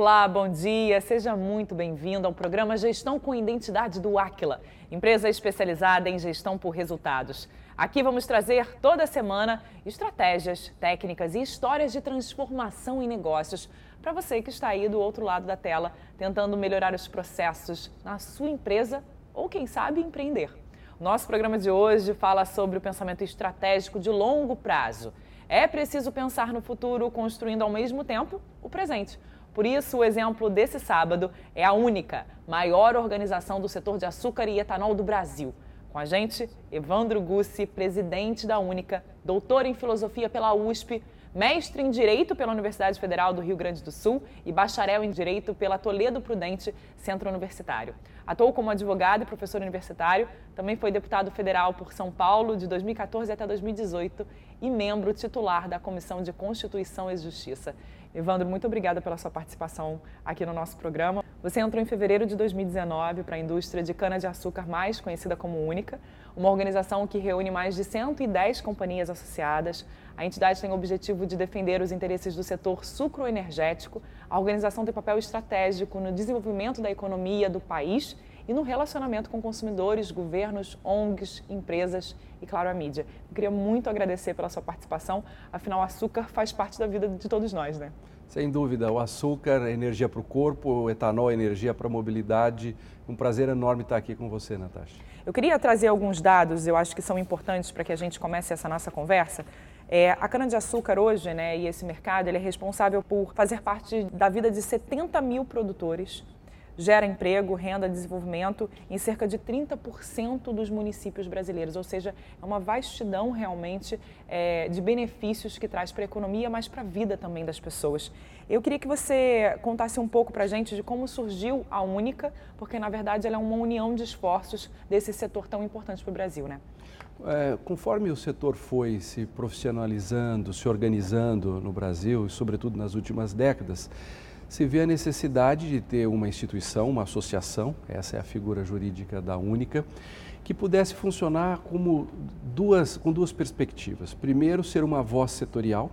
Olá, bom dia, seja muito bem-vindo ao programa Gestão com Identidade do Aquila, empresa especializada em gestão por resultados. Aqui vamos trazer toda semana estratégias, técnicas e histórias de transformação em negócios para você que está aí do outro lado da tela, tentando melhorar os processos na sua empresa ou, quem sabe, empreender. O nosso programa de hoje fala sobre o pensamento estratégico de longo prazo. É preciso pensar no futuro, construindo ao mesmo tempo o presente. Por isso, o exemplo desse sábado é a Única, maior organização do setor de açúcar e etanol do Brasil. Com a gente, Evandro Gussi, presidente da Única, doutor em filosofia pela USP, mestre em Direito pela Universidade Federal do Rio Grande do Sul e bacharel em Direito pela Toledo Prudente Centro Universitário. Atuou como advogado e professor universitário, também foi deputado federal por São Paulo de 2014 até 2018 e membro titular da Comissão de Constituição e Justiça. Evandro, muito obrigada pela sua participação aqui no nosso programa. Você entrou em fevereiro de 2019 para a indústria de cana-de-açúcar mais conhecida como Única, uma organização que reúne mais de 110 companhias associadas. A entidade tem o objetivo de defender os interesses do setor sucroenergético. A organização tem papel estratégico no desenvolvimento da economia do país e no relacionamento com consumidores, governos, ONGs, empresas e, claro, a mídia. Eu queria muito agradecer pela sua participação, afinal, o açúcar faz parte da vida de todos nós, né? Sem dúvida, o açúcar é energia para o corpo, o etanol é energia para a mobilidade. Um prazer enorme estar aqui com você, Natasha. Eu queria trazer alguns dados, eu acho que são importantes para que a gente comece essa nossa conversa. A cana-de-açúcar hoje, né, e esse mercado, ele é responsável por fazer parte da vida de 70 mil produtores, gera emprego, renda, desenvolvimento em cerca de 30% dos municípios brasileiros, ou seja, é uma vastidão realmente de benefícios que traz para a economia, mas para a vida também das pessoas. Eu queria que você contasse um pouco para a gente de como surgiu a Única, porque na verdade ela é uma união de esforços desse setor tão importante para o Brasil, né? Conforme o setor foi se profissionalizando, se organizando no Brasil, e sobretudo nas últimas décadas, se vê a necessidade de ter uma instituição, uma associação, essa é a figura jurídica da Única, que pudesse funcionar com duas perspectivas. Primeiro, ser uma voz setorial,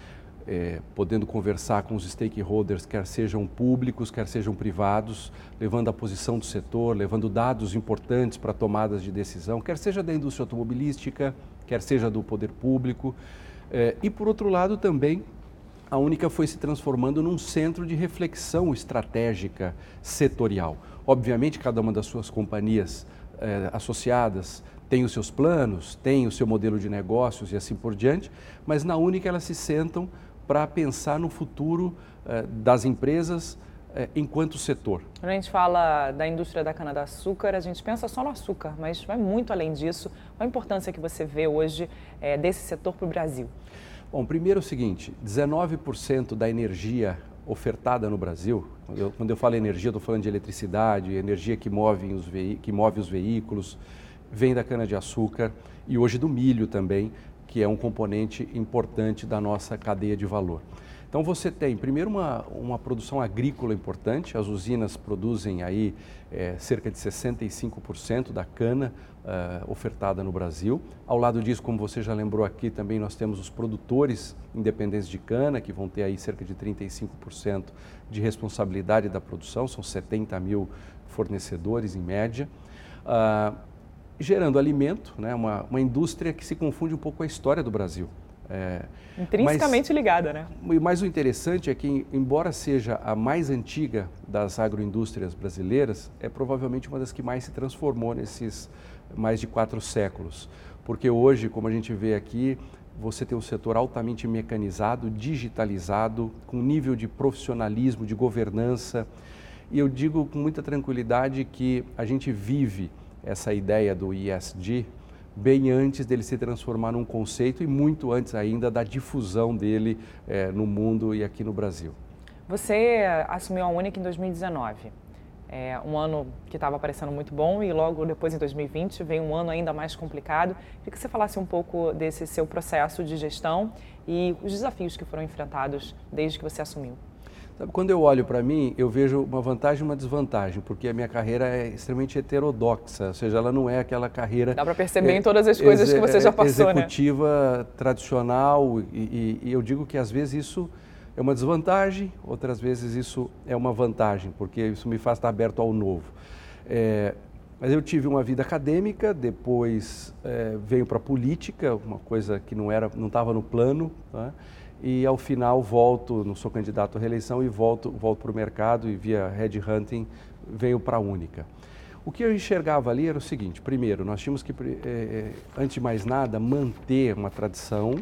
podendo conversar com os stakeholders, quer sejam públicos, quer sejam privados, levando a posição do setor, levando dados importantes para tomadas de decisão, quer seja da indústria automobilística, quer seja do poder público. E, por outro lado, também, a Única foi se transformando num centro de reflexão estratégica setorial. Obviamente, cada uma das suas companhias associadas tem os seus planos, tem o seu modelo de negócios e assim por diante, mas na Única elas se sentam para pensar no futuro das empresas enquanto setor. Quando a gente fala da indústria da cana-de-açúcar, a gente pensa só no açúcar, mas vai muito além disso. Qual a importância que você vê hoje desse setor para o Brasil? Bom, primeiro é o seguinte, 19% da energia ofertada no Brasil, quando eu falo energia, estou falando de eletricidade, energia que move os veículos, vem da cana-de-açúcar e hoje do milho também, que é um componente importante da nossa cadeia de valor. Então você tem, primeiro, uma produção agrícola importante, as usinas produzem aí cerca de 65% da cana ofertada no Brasil. Ao lado disso, como você já lembrou aqui, também nós temos os produtores independentes de cana, que vão ter aí cerca de 35% de responsabilidade da produção, são 70 mil fornecedores em média. Gerando alimento, né, uma indústria que se confunde um pouco com a história do Brasil. Intrinsecamente ligada, né? Mas o interessante é que, embora seja a mais antiga das agroindústrias brasileiras, é provavelmente uma das que mais se transformou nesses mais de 4 séculos. Porque hoje, como a gente vê aqui, você tem um setor altamente mecanizado, digitalizado, com nível de profissionalismo, de governança. E eu digo com muita tranquilidade que a gente vive essa ideia do ESG bem antes dele se transformar num conceito e muito antes ainda da difusão dele no mundo e aqui no Brasil. Você assumiu a Única em 2019, um ano que estava parecendo muito bom e logo depois, em 2020, veio um ano ainda mais complicado. Queria que você falasse um pouco desse seu processo de gestão e os desafios que foram enfrentados desde que você assumiu. Sabe, quando eu olho para mim, eu vejo uma vantagem e uma desvantagem, porque a minha carreira é extremamente heterodoxa, ou seja, ela não é aquela carreira... Dá para perceber em todas as coisas que você já passou, executiva, tradicional, e eu digo que às vezes isso é uma desvantagem, outras vezes isso é uma vantagem, porque isso me faz estar aberto ao novo. Mas eu tive uma vida acadêmica, depois venho para a política, uma coisa que não estava no plano, tá? E ao final não sou candidato à reeleição e volto para o mercado e via headhunting venho para a Única. O que eu enxergava ali era o seguinte: primeiro, nós tínhamos que, antes de mais nada, manter uma tradição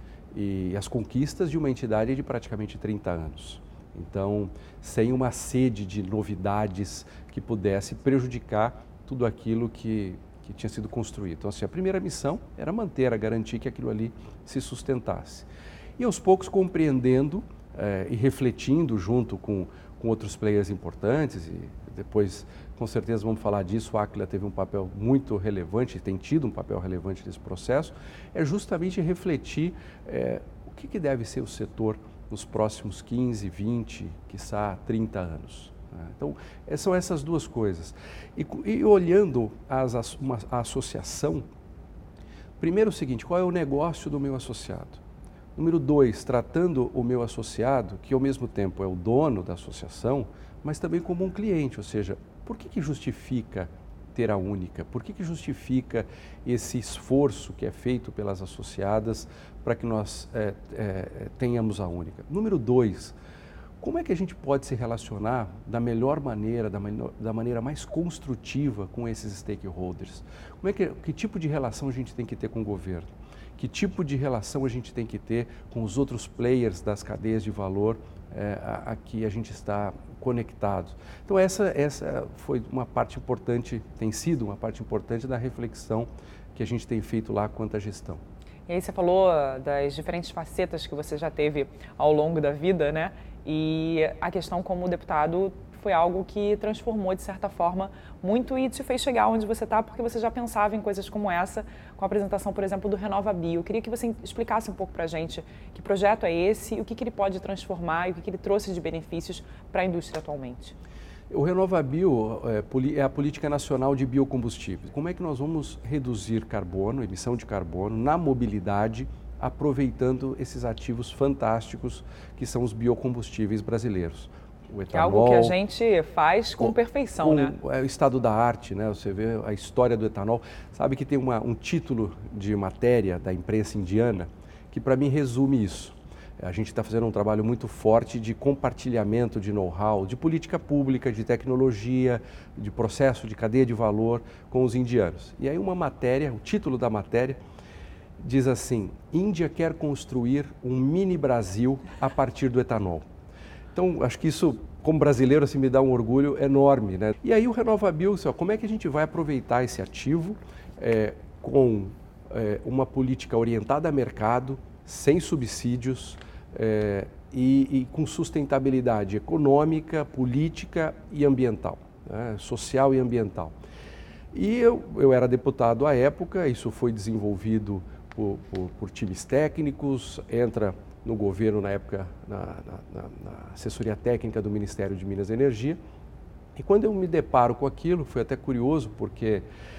e as conquistas de uma entidade de praticamente 30 anos. Então, sem uma sede de novidades que pudesse prejudicar tudo aquilo que tinha sido construído. Então, assim, a primeira missão era garantir que aquilo ali se sustentasse. E aos poucos compreendendo e refletindo junto com outros players importantes, e depois com certeza vamos falar disso, a Aquila teve um papel muito relevante, tem tido um papel relevante nesse processo, é justamente refletir o que deve ser o setor nos próximos 15, 20, quiçá 30 anos. Então, são essas duas coisas. E olhando a associação, primeiro o seguinte: qual é o negócio do meu associado? Número 2, tratando o meu associado, que ao mesmo tempo é o dono da associação, mas também como um cliente, ou seja, por que justifica ter a Única? Por que justifica esse esforço que é feito pelas associadas para que nós tenhamos a Única? Número 2, como é que a gente pode se relacionar da melhor maneira, da maneira mais construtiva com esses stakeholders? Que tipo de relação a gente tem que ter com o governo? Que tipo de relação a gente tem que ter com os outros players das cadeias de valor a que a gente está conectado? Então essa foi uma parte importante, tem sido uma parte importante da reflexão que a gente tem feito lá quanto à gestão. E aí você falou das diferentes facetas que você já teve ao longo da vida, né? E a questão como deputado foi algo que transformou, de certa forma, muito e te fez chegar onde você está, porque você já pensava em coisas como essa, com a apresentação, por exemplo, do RenovaBio. Eu queria que você explicasse um pouco para a gente que projeto é esse, o que ele pode transformar e o que ele trouxe de benefícios para a indústria atualmente. O RenovaBio é a política nacional de biocombustíveis. Como é que nós vamos reduzir carbono, emissão de carbono, na mobilidade, aproveitando esses ativos fantásticos que são os biocombustíveis brasileiros? O etanol, que é algo que a gente faz com perfeição, né? É o estado da arte, né? Você vê a história do etanol. Sabe que tem um título de matéria da imprensa indiana que para mim resume isso. A gente está fazendo um trabalho muito forte de compartilhamento de know-how, de política pública, de tecnologia, de processo de cadeia de valor com os indianos. E aí o título da matéria diz assim: Índia quer construir um mini Brasil a partir do etanol. Então, acho que isso, como brasileiro, assim, me dá um orgulho enorme, né? E aí o RenovaBio, como é que a gente vai aproveitar esse ativo com uma política orientada a mercado, sem subsídios e com sustentabilidade econômica, política e ambiental, né? Social e ambiental. E eu era deputado à época, isso foi desenvolvido por times técnicos, entra no governo, na época, na assessoria técnica do Ministério de Minas e Energia. E quando eu me deparo com aquilo, foi até curioso, porque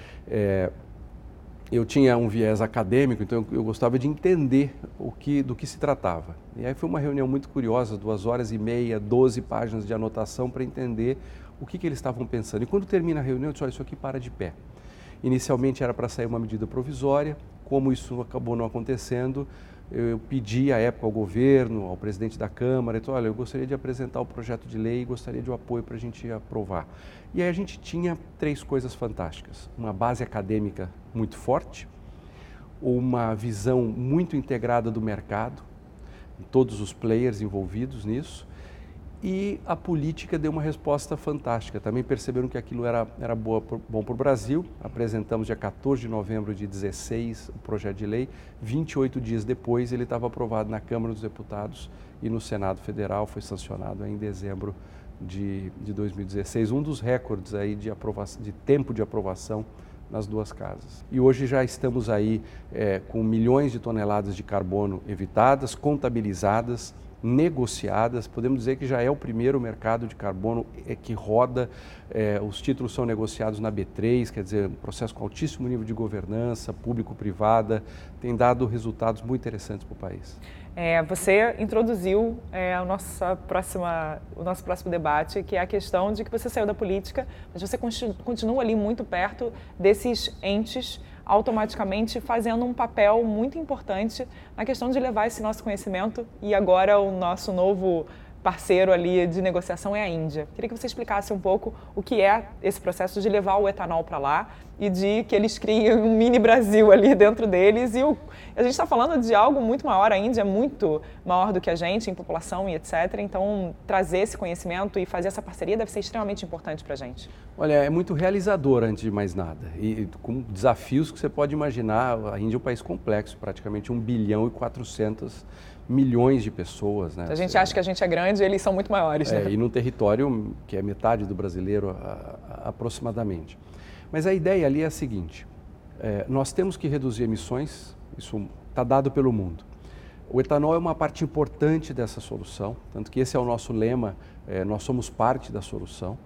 eu tinha um viés acadêmico, então eu gostava de entender do que se tratava. E aí foi uma reunião muito curiosa, 2h30, 12 páginas de anotação para entender o que eles estavam pensando. E quando termina a reunião, eu disse: olha, isso aqui para de pé. Inicialmente era para sair uma medida provisória, como isso acabou não acontecendo, eu pedi à época ao governo, ao presidente da Câmara, então, olha, eu gostaria de apresentar o projeto de lei e gostaria de um apoio para a gente aprovar. E aí a gente tinha 3 coisas fantásticas: uma base acadêmica muito forte, uma visão muito integrada do mercado, todos os players envolvidos nisso, e a política deu uma resposta fantástica. Também perceberam que aquilo era bom para o Brasil. Apresentamos dia 14 de novembro de 2016 o projeto de lei. 28 dias depois ele estava aprovado na Câmara dos Deputados e no Senado Federal, foi sancionado em dezembro de 2016. Um dos recordes aí de tempo de aprovação nas duas casas. E hoje já estamos aí com milhões de toneladas de carbono evitadas, contabilizadas, negociadas. Podemos dizer que já é o primeiro mercado de carbono que roda, os títulos são negociados na B3, quer dizer, um processo com altíssimo nível de governança, público-privada, tem dado resultados muito interessantes para o país. Você introduziu o nosso próximo debate, que é a questão de que você saiu da política, mas você continua ali muito perto desses entes, automaticamente fazendo um papel muito importante na questão de levar esse nosso conhecimento, e agora o nosso novo parceiro ali de negociação é a Índia. Queria que você explicasse um pouco o que é esse processo de levar o etanol para lá e de que eles criem um mini Brasil ali dentro deles. A gente está falando de algo muito maior, a Índia é muito maior do que a gente em população e etc. Então, trazer esse conhecimento e fazer essa parceria deve ser extremamente importante para a gente. Olha, é muito realizador, antes de mais nada. E com desafios que você pode imaginar, a Índia é um país complexo, praticamente 1 bilhão e 400 milhões de pessoas. Né? A gente acha que a gente é grande, eles são muito maiores. Né? E num território que é metade do brasileiro aproximadamente. Mas a ideia ali é a seguinte, nós temos que reduzir emissões, isso está dado pelo mundo. O etanol é uma parte importante dessa solução, tanto que esse é o nosso lema, nós somos parte da solução.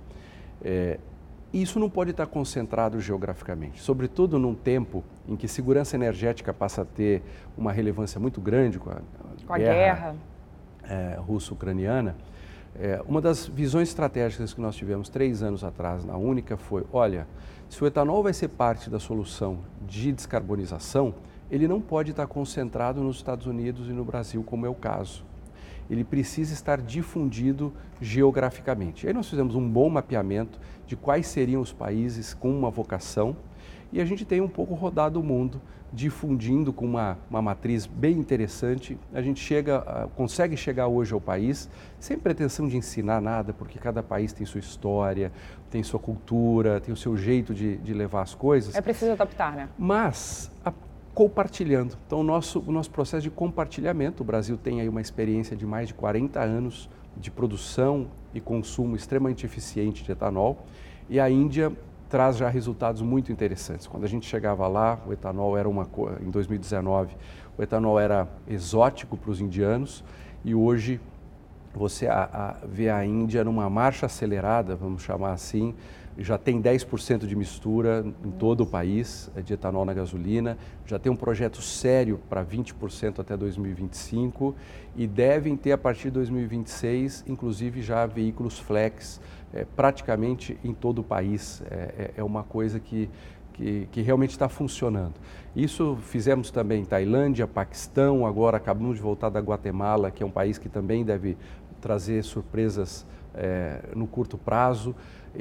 E isso não pode estar concentrado geograficamente, sobretudo num tempo em que segurança energética passa a ter uma relevância muito grande com a guerra russo-ucraniana. Uma das visões estratégicas que nós tivemos 3 anos atrás na Única foi, olha, se o etanol vai ser parte da solução de descarbonização, ele não pode estar concentrado nos Estados Unidos e no Brasil, como é o caso. Ele precisa estar difundido geograficamente. Aí nós fizemos um bom mapeamento de quais seriam os países com uma vocação e a gente tem um pouco rodado o mundo, difundindo com uma matriz bem interessante. A gente consegue chegar hoje ao país sem pretensão de ensinar nada, porque cada país tem sua história, tem sua cultura, tem o seu jeito de levar as coisas. É preciso adaptar, né? Mas compartilhando. Então, o nosso processo de compartilhamento, o Brasil tem aí uma experiência de mais de 40 anos de produção e consumo extremamente eficiente de etanol, e a Índia traz já resultados muito interessantes. Quando a gente chegava lá, o etanol era em 2019, o etanol era exótico para os indianos, e hoje você vê a Índia numa marcha acelerada, vamos chamar assim, já tem 10% de mistura em todo o país de etanol na gasolina, já tem um projeto sério para 20% até 2025 e devem ter a partir de 2026, inclusive já veículos flex praticamente em todo o país. É uma coisa que realmente está funcionando. Isso fizemos também em Tailândia, Paquistão, agora acabamos de voltar da Guatemala, que é um país que também deve trazer surpresas no curto prazo.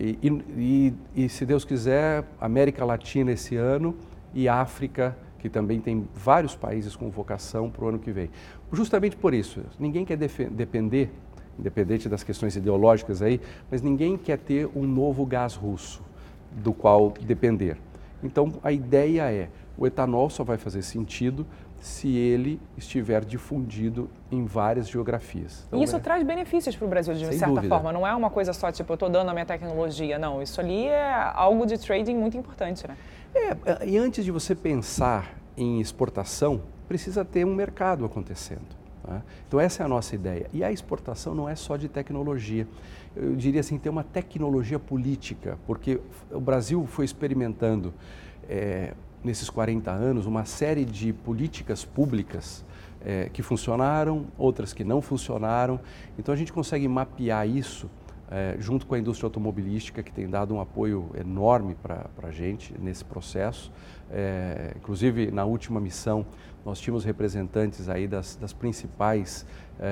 E se Deus quiser, América Latina esse ano e África, que também tem vários países com vocação para o ano que vem. Justamente por isso, ninguém quer depender, independente das questões ideológicas aí, mas ninguém quer ter um novo gás russo do qual depender. Então a ideia é, o etanol só vai fazer sentido se ele estiver difundido em várias geografias. Então, e isso traz benefícios para o Brasil, de certa forma. Não é uma coisa só, tipo, eu estou dando a minha tecnologia. Não, isso ali é algo de trading muito importante, né? E antes de você pensar em exportação, precisa ter um mercado acontecendo. Tá? Então essa é a nossa ideia. E a exportação não é só de tecnologia. Eu diria assim, tem uma tecnologia política, porque o Brasil foi experimentando nesses 40 anos, uma série de políticas públicas que funcionaram, outras que não funcionaram. Então a gente consegue mapear isso junto com a indústria automobilística, que tem dado um apoio enorme para a gente nesse processo. Inclusive, na última missão, nós tínhamos representantes aí dos principais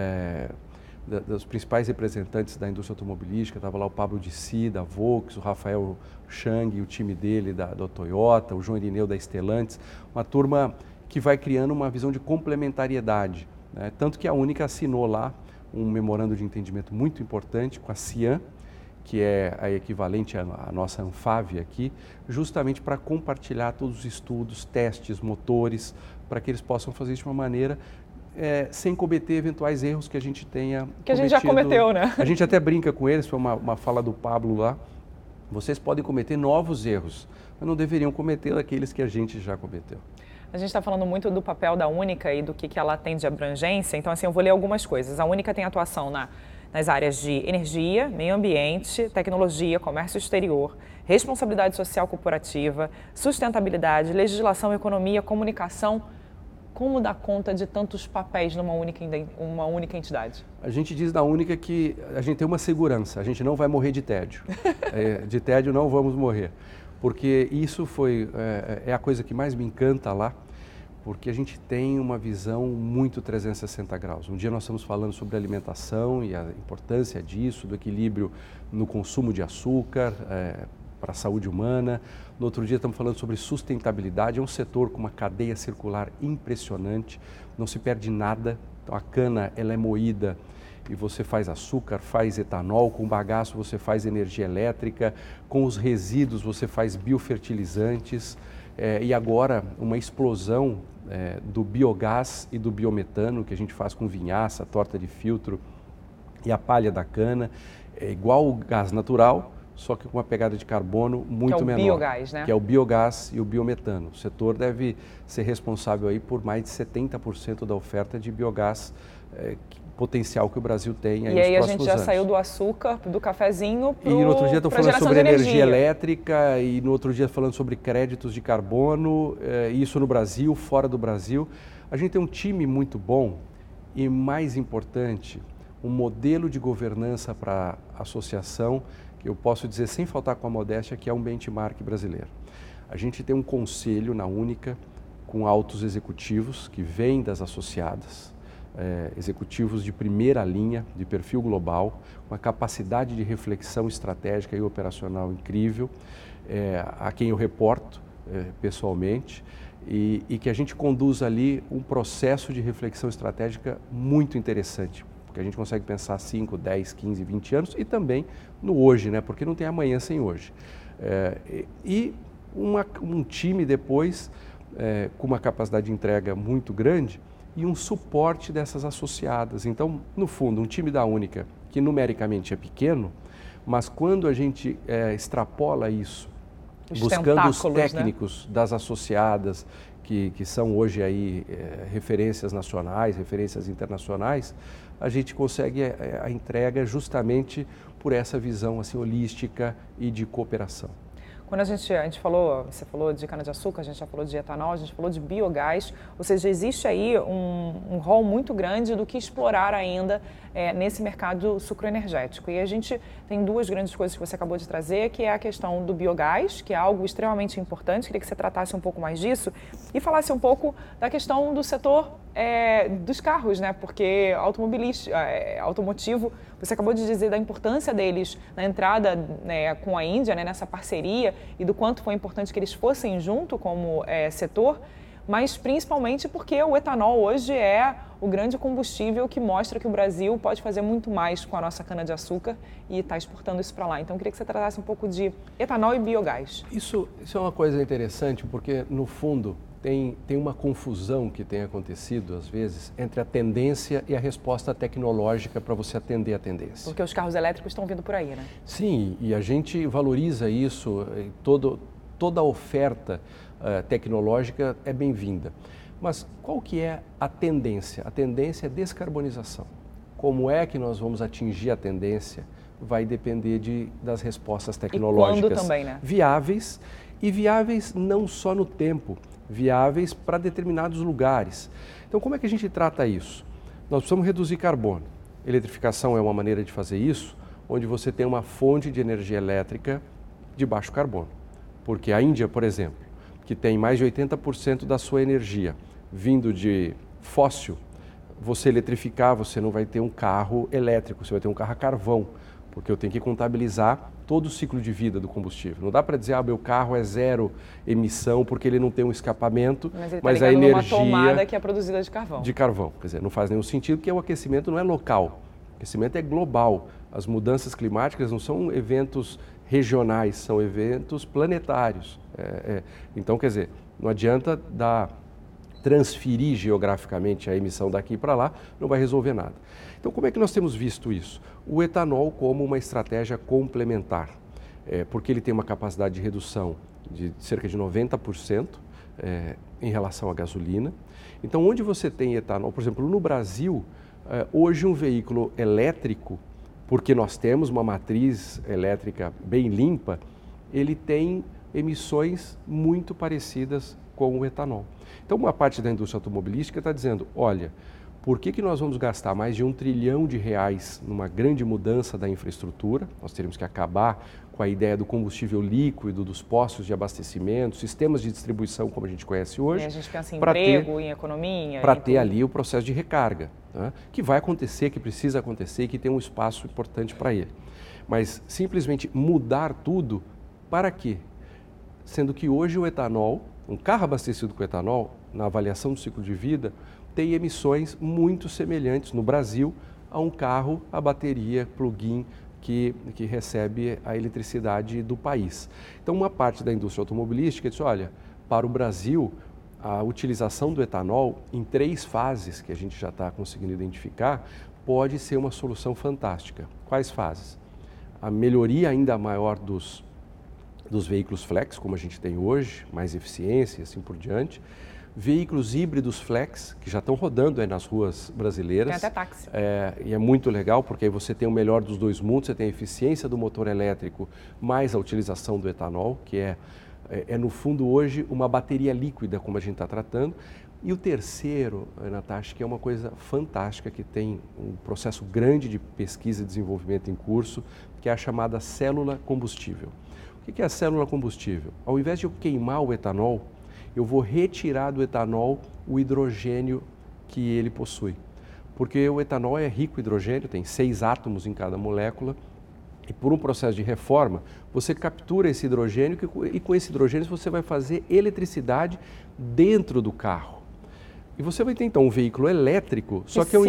representantes da indústria automobilística. Estava lá o Pablo Dissi, da Volks, o Rafael Chang e o time dele da Toyota, o João Irineu da Stellantis, uma turma que vai criando uma visão de complementariedade, né? Tanto que a Única assinou lá um memorando de entendimento muito importante com a Cian, que é a equivalente à nossa Anfávia aqui, justamente para compartilhar todos os estudos, testes, motores, para que eles possam fazer isso de uma maneira sem cometer eventuais erros que a gente tenha cometido. Que a gente já cometeu, né? A gente até brinca com eles, foi uma fala do Pablo lá, vocês podem cometer novos erros, mas não deveriam cometer aqueles que a gente já cometeu. A gente está falando muito do papel da Única e do que ela tem de abrangência, então assim, eu vou ler algumas coisas. A Única tem atuação nas áreas de energia, meio ambiente, tecnologia, comércio exterior, responsabilidade social corporativa, sustentabilidade, legislação, economia, comunicação, Como dar conta de tantos papéis numa única entidade? A gente diz na Única que a gente tem uma segurança, a gente não vai morrer de tédio. De tédio não vamos morrer, porque isso é a coisa que mais me encanta lá, porque a gente tem uma visão muito 360 graus. Um dia nós estamos falando sobre alimentação e a importância disso, do equilíbrio no consumo de açúcar, para a saúde humana. No outro dia estamos falando sobre sustentabilidade, é um setor com uma cadeia circular impressionante, não se perde nada. Então a cana ela é moída e você faz açúcar, faz etanol, com bagaço você faz energia elétrica, com os resíduos você faz biofertilizantes e agora uma explosão do biogás e do biometano que a gente faz com vinhaça, torta de filtro e a palha da cana, é igual o gás natural, só que com uma pegada de carbono muito menor. Que é o biogás, né? Que é o biogás e o biometano. O setor deve ser responsável aí por mais de 70% da oferta de biogás potencial que o Brasil tem aí nos próximos anos. E aí a gente já saiu do açúcar, do cafezinho, para E no outro dia estou falando sobre energia elétrica e no outro dia falando sobre créditos de carbono, isso no Brasil, fora do Brasil. A gente tem um time muito bom e, mais importante, um modelo de governança para a associação que eu posso dizer sem faltar com a modéstia que é um benchmark brasileiro. A gente tem um conselho na Única com altos executivos que vêm das associadas, executivos de primeira linha, de perfil global, uma capacidade de reflexão estratégica e operacional incrível, a quem eu reporto pessoalmente, e que a gente conduz ali um processo de reflexão estratégica muito interessante, porque a gente consegue pensar 5, 10, 15, 20 anos e também no hoje, né? Porque não tem amanhã sem hoje. E um time depois com uma capacidade de entrega muito grande e um suporte dessas associadas. Então, no fundo, um time da Única, que numericamente é pequeno, mas quando a gente extrapola isso, buscando os técnicos, né, das associadas, que são hoje aí referências nacionais, referências internacionais, a gente consegue a entrega justamente por essa visão assim, holística e de cooperação. Quando a gente falou, você falou de cana-de-açúcar, a gente já falou de etanol, a gente falou de biogás, ou seja, existe aí um rol muito grande do que explorar ainda nesse mercado sucroenergético. E a gente tem duas grandes coisas que você acabou de trazer, que é a questão do biogás, que é algo extremamente importante, queria que você tratasse um pouco mais disso, e falasse um pouco da questão do setor dos carros, né? Porque automotivo, você acabou de dizer da importância deles na entrada, né, com a Índia, né, nessa parceria, e do quanto foi importante que eles fossem junto como setor, mas principalmente porque o etanol hoje é o grande combustível que mostra que o Brasil pode fazer muito mais com a nossa cana-de-açúcar e está exportando isso para lá. Então, eu queria que você tratasse um pouco de etanol e biogás. Isso é uma coisa interessante, porque, no fundo, tem uma confusão que tem acontecido, às vezes, entre a tendência e a resposta tecnológica para você atender a tendência. Porque os carros elétricos estão vindo por aí, né? Sim, e a gente valoriza isso, toda a oferta tecnológica é bem-vinda. Mas qual que é a tendência? A tendência é descarbonização. Como é que nós vamos atingir a tendência? Vai depender das respostas tecnológicas e quando também, né? Viáveis, e viáveis não só no tempo, viáveis para determinados lugares. Então, como é que a gente trata isso? Nós precisamos reduzir carbono. Eletrificação é uma maneira de fazer isso, onde você tem uma fonte de energia elétrica de baixo carbono. Porque a Índia, por exemplo, que tem mais de 80% da sua energia vindo de fóssil, você eletrificar, você não vai ter um carro elétrico, você vai ter um carro a carvão, porque eu tenho que contabilizar todo o ciclo de vida do combustível. Não dá para dizer, meu carro é zero emissão porque ele não tem um escapamento, mas a energia... numa tomada que é produzida de carvão. De carvão. Quer dizer, não faz nenhum sentido porque o aquecimento não é local, o aquecimento é global. As mudanças climáticas não são eventos regionais, são eventos planetários. Então, quer dizer, não adianta transferir geograficamente a emissão daqui para lá, não vai resolver nada. Então, como é que nós temos visto isso? O etanol como uma estratégia complementar, porque ele tem uma capacidade de redução de cerca de 90% em relação à gasolina. Então, onde você tem etanol, por exemplo, no Brasil, hoje um veículo elétrico, porque nós temos uma matriz elétrica bem limpa, ele tem emissões muito parecidas com o etanol. Então, uma parte da indústria automobilística está dizendo, olha, por que nós vamos gastar mais de R$1 trilhão numa grande mudança da infraestrutura? Nós teremos que acabar com a ideia do combustível líquido, dos postos de abastecimento, sistemas de distribuição como a gente conhece hoje. E a gente pensa em emprego, em economia. Para ter ali o processo de recarga, né? Que vai acontecer, que precisa acontecer e que tem um espaço importante para ele. Mas simplesmente mudar tudo, para quê? Sendo que hoje o etanol, um carro abastecido com etanol, na avaliação do ciclo de vida, tem emissões muito semelhantes no Brasil a um carro a bateria plug-in que recebe a eletricidade do país. Então, uma parte da indústria automobilística diz, olha, para o Brasil, a utilização do etanol em 3 fases, que a gente já está conseguindo identificar, pode ser uma solução fantástica. Quais fases? A melhoria ainda maior dos veículos flex, como a gente tem hoje, mais eficiência e assim por diante. Veículos híbridos flex, que já estão rodando aí nas ruas brasileiras. Tem até táxi. E é muito legal, porque aí você tem o melhor dos dois mundos, você tem a eficiência do motor elétrico, mais a utilização do etanol, que é no fundo hoje uma bateria líquida, como a gente está tratando. E o terceiro, Natasha, que é uma coisa fantástica, que tem um processo grande de pesquisa e desenvolvimento em curso, que é a chamada célula combustível. O que é a célula combustível? Ao invés de eu queimar o etanol, eu vou retirar do etanol o hidrogênio que ele possui. Porque o etanol é rico em hidrogênio, tem 6 átomos em cada molécula, e por um processo de reforma, você captura esse hidrogênio e com esse hidrogênio você vai fazer eletricidade dentro do carro. E você vai ter então um veículo elétrico, só que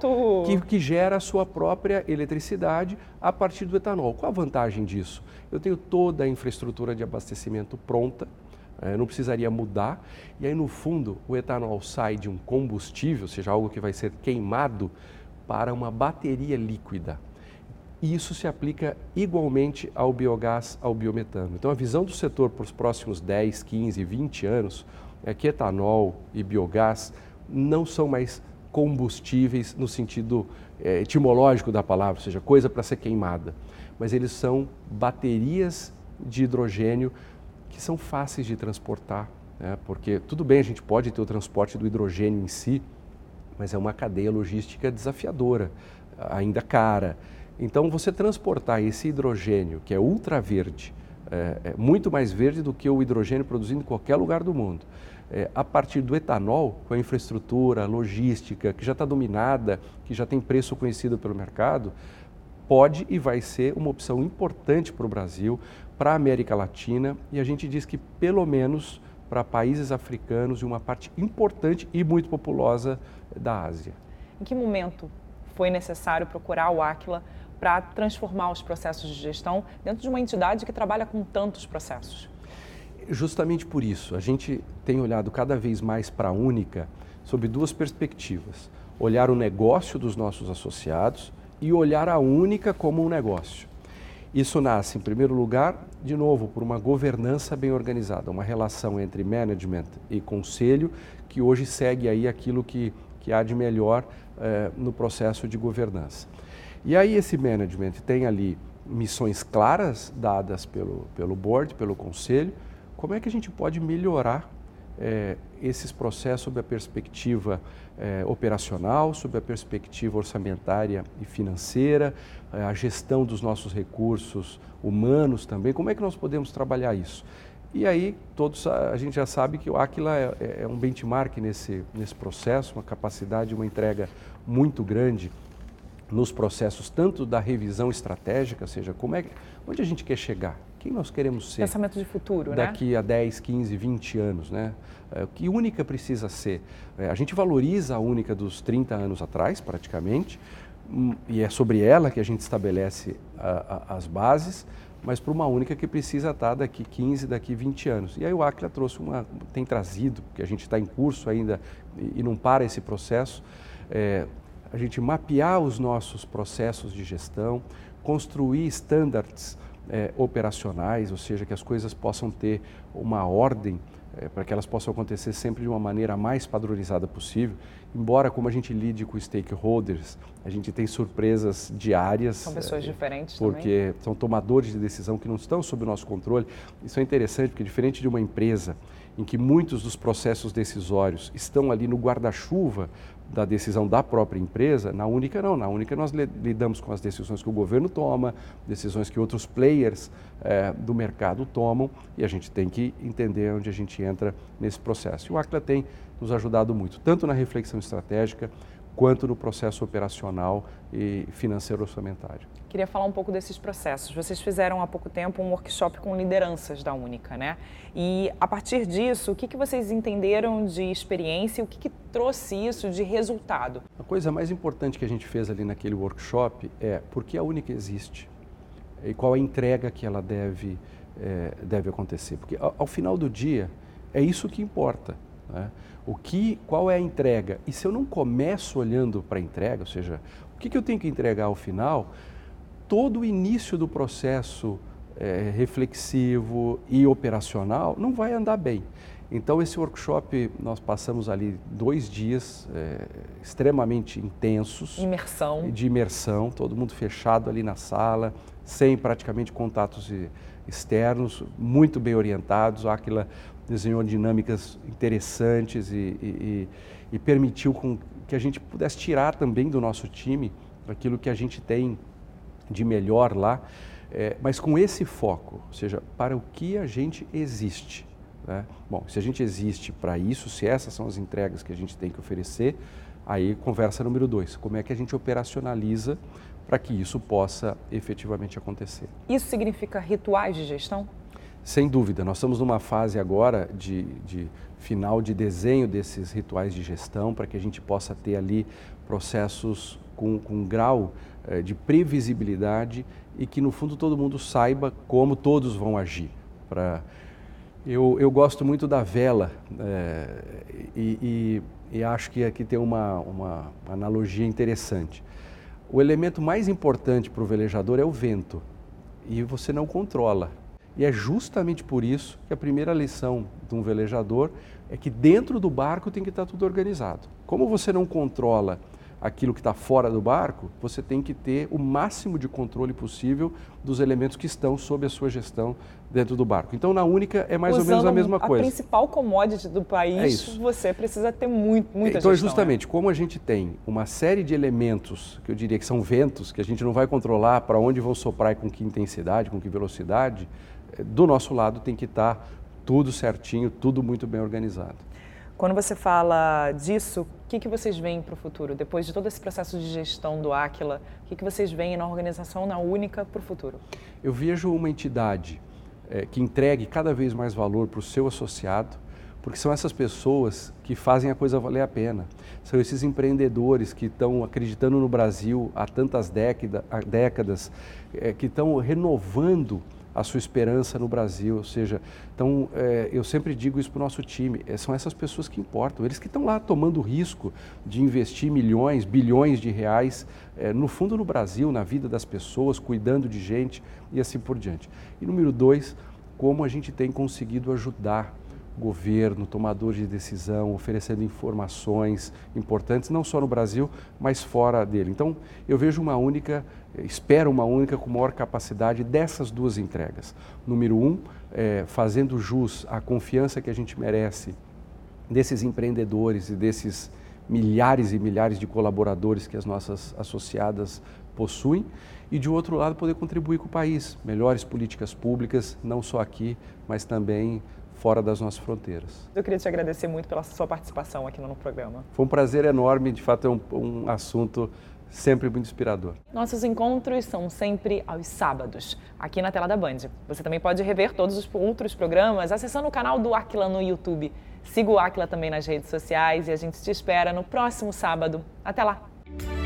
que gera a sua própria eletricidade a partir do etanol. Qual a vantagem disso? Eu tenho toda a infraestrutura de abastecimento pronta, não precisaria mudar, e aí no fundo o etanol sai de um combustível, ou seja, algo que vai ser queimado, para uma bateria líquida. E isso se aplica igualmente ao biogás, ao biometano. Então a visão do setor para os próximos 10, 15, 20 anos é que etanol e biogás não são mais combustíveis no sentido etimológico da palavra, ou seja, coisa para ser queimada, mas eles são baterias de hidrogênio que são fáceis de transportar, né? Porque tudo bem, a gente pode ter o transporte do hidrogênio em si, mas é uma cadeia logística desafiadora, ainda cara. Então, você transportar esse hidrogênio, que é ultra verde, é muito mais verde do que o hidrogênio produzido em qualquer lugar do mundo, a partir do etanol, com a infraestrutura logística que já está dominada, que já tem preço conhecido pelo mercado, pode e vai ser uma opção importante para o Brasil, para a América Latina, e a gente diz que pelo menos para países africanos e uma parte importante e muito populosa da Ásia. Em que momento foi necessário procurar o Aquila para transformar os processos de gestão dentro de uma entidade que trabalha com tantos processos? Justamente por isso, a gente tem olhado cada vez mais para a Única sob 2 perspectivas. Olhar o negócio dos nossos associados e olhar a Única como um negócio. Isso nasce, em primeiro lugar, de novo, por uma governança bem organizada, uma relação entre management e conselho, que hoje segue aí aquilo que há de melhor no processo de governança. E aí esse management tem ali missões claras dadas pelo board, pelo conselho. Como é que a gente pode melhorar esses processos sob a perspectiva operacional, sob a perspectiva orçamentária e financeira, a gestão dos nossos recursos humanos também, como é que nós podemos trabalhar isso? E aí a gente já sabe que o Aquila é um benchmark nesse processo, uma capacidade, uma entrega muito grande nos processos, tanto da revisão estratégica, ou seja, onde a gente quer chegar, quem nós queremos ser. Pensamento de futuro, daqui a 10, 15, 20 anos, né? O que Única precisa ser? A gente valoriza a Única dos 30 anos atrás, praticamente, e é sobre ela que a gente estabelece as bases, mas para uma Única que precisa estar daqui 15, daqui 20 anos. E aí o Aquila tem trazido, que a gente está em curso ainda e não para esse processo, a gente mapear os nossos processos de gestão, construir standards operacionais, ou seja, que as coisas possam ter uma ordem para que elas possam acontecer sempre de uma maneira mais padronizada possível, embora como a gente lide com stakeholders, a gente tem surpresas diárias. São pessoas diferentes porque também. São tomadores de decisão que não estão sob o nosso controle. Isso é interessante porque diferente de uma empresa em que muitos dos processos decisórios estão ali no guarda-chuva da decisão da própria empresa, na Única não. Na Única nós lidamos com as decisões que o governo toma, decisões que outros players do mercado tomam e a gente tem que entender onde a gente entra nesse processo. E o Aquila tem nos ajudado muito, tanto na reflexão estratégica quanto no processo operacional e financeiro orçamentário. Queria falar um pouco desses processos. Vocês fizeram há pouco tempo um workshop com lideranças da Única, né? E a partir disso, o que vocês entenderam de experiência e o que trouxe isso de resultado? A coisa mais importante que a gente fez ali naquele workshop é por que a Única existe e qual a entrega que ela deve acontecer. Porque ao final do dia, é isso que importa, né? Qual é a entrega? E se eu não começo olhando para a entrega, ou seja, o que eu tenho que entregar ao final, todo o início do processo reflexivo e operacional não vai andar bem. Então esse workshop, nós passamos ali 2 dias extremamente intensos. De imersão, todo mundo fechado ali na sala, sem praticamente contatos externos, muito bem orientados. A Aquila desenhou dinâmicas interessantes e permitiu que a gente pudesse tirar também do nosso time aquilo que a gente tem de melhor lá, mas com esse foco, ou seja, para o que a gente existe, né? Bom, se a gente existe para isso, se essas são as entregas que a gente tem que oferecer, aí conversa número 2, como é que a gente operacionaliza para que isso possa efetivamente acontecer. Isso significa rituais de gestão? Sem dúvida, nós estamos numa fase agora de final de desenho desses rituais de gestão para que a gente possa ter ali processos com um grau de previsibilidade e que no fundo todo mundo saiba como todos vão agir. Eu gosto muito da vela e acho que aqui tem uma analogia interessante. O elemento mais importante para o velejador é o vento e você não controla. E é justamente por isso que a primeira lição de um velejador é que dentro do barco tem que estar tudo organizado. Como você não controla aquilo que está fora do barco, você tem que ter o máximo de controle possível dos elementos que estão sob a sua gestão dentro do barco. Então, na Única é mais ou menos a mesma coisa. A principal commodity do país, você precisa ter muita gestão. Então, justamente, como a gente tem uma série de elementos, que eu diria que são ventos, que a gente não vai controlar para onde vão soprar e com que intensidade, com que velocidade, do nosso lado tem que estar tudo certinho, tudo muito bem organizado. Quando você fala disso, o que vocês veem para o futuro? Depois de todo esse processo de gestão do Aquila, o que vocês veem na organização, na Única, para o futuro? Eu vejo uma entidade que entregue cada vez mais valor para o seu associado, porque são essas pessoas que fazem a coisa valer a pena. São esses empreendedores que estão acreditando no Brasil há tantas décadas, que estão renovando a sua esperança no Brasil, ou seja, então eu sempre digo isso para o nosso time, são essas pessoas que importam, eles que estão lá tomando o risco de investir milhões, bilhões de reais, no fundo no Brasil, na vida das pessoas, cuidando de gente e assim por diante. E número 2, como a gente tem conseguido ajudar governo, tomador de decisão, oferecendo informações importantes, não só no Brasil, mas fora dele. Então, eu vejo espero uma Única com maior capacidade dessas 2 entregas. Número 1, fazendo jus à confiança que a gente merece desses empreendedores e desses milhares e milhares de colaboradores que as nossas associadas possuem, e de outro lado poder contribuir com o país, melhores políticas públicas, não só aqui, mas também fora das nossas fronteiras. Eu queria te agradecer muito pela sua participação aqui no programa. Foi um prazer enorme, de fato é um assunto sempre muito inspirador. Nossos encontros são sempre aos sábados, aqui na tela da Band. Você também pode rever todos os outros programas acessando o canal do Aquila no YouTube. Siga o Aquila também nas redes sociais e a gente te espera no próximo sábado. Até lá!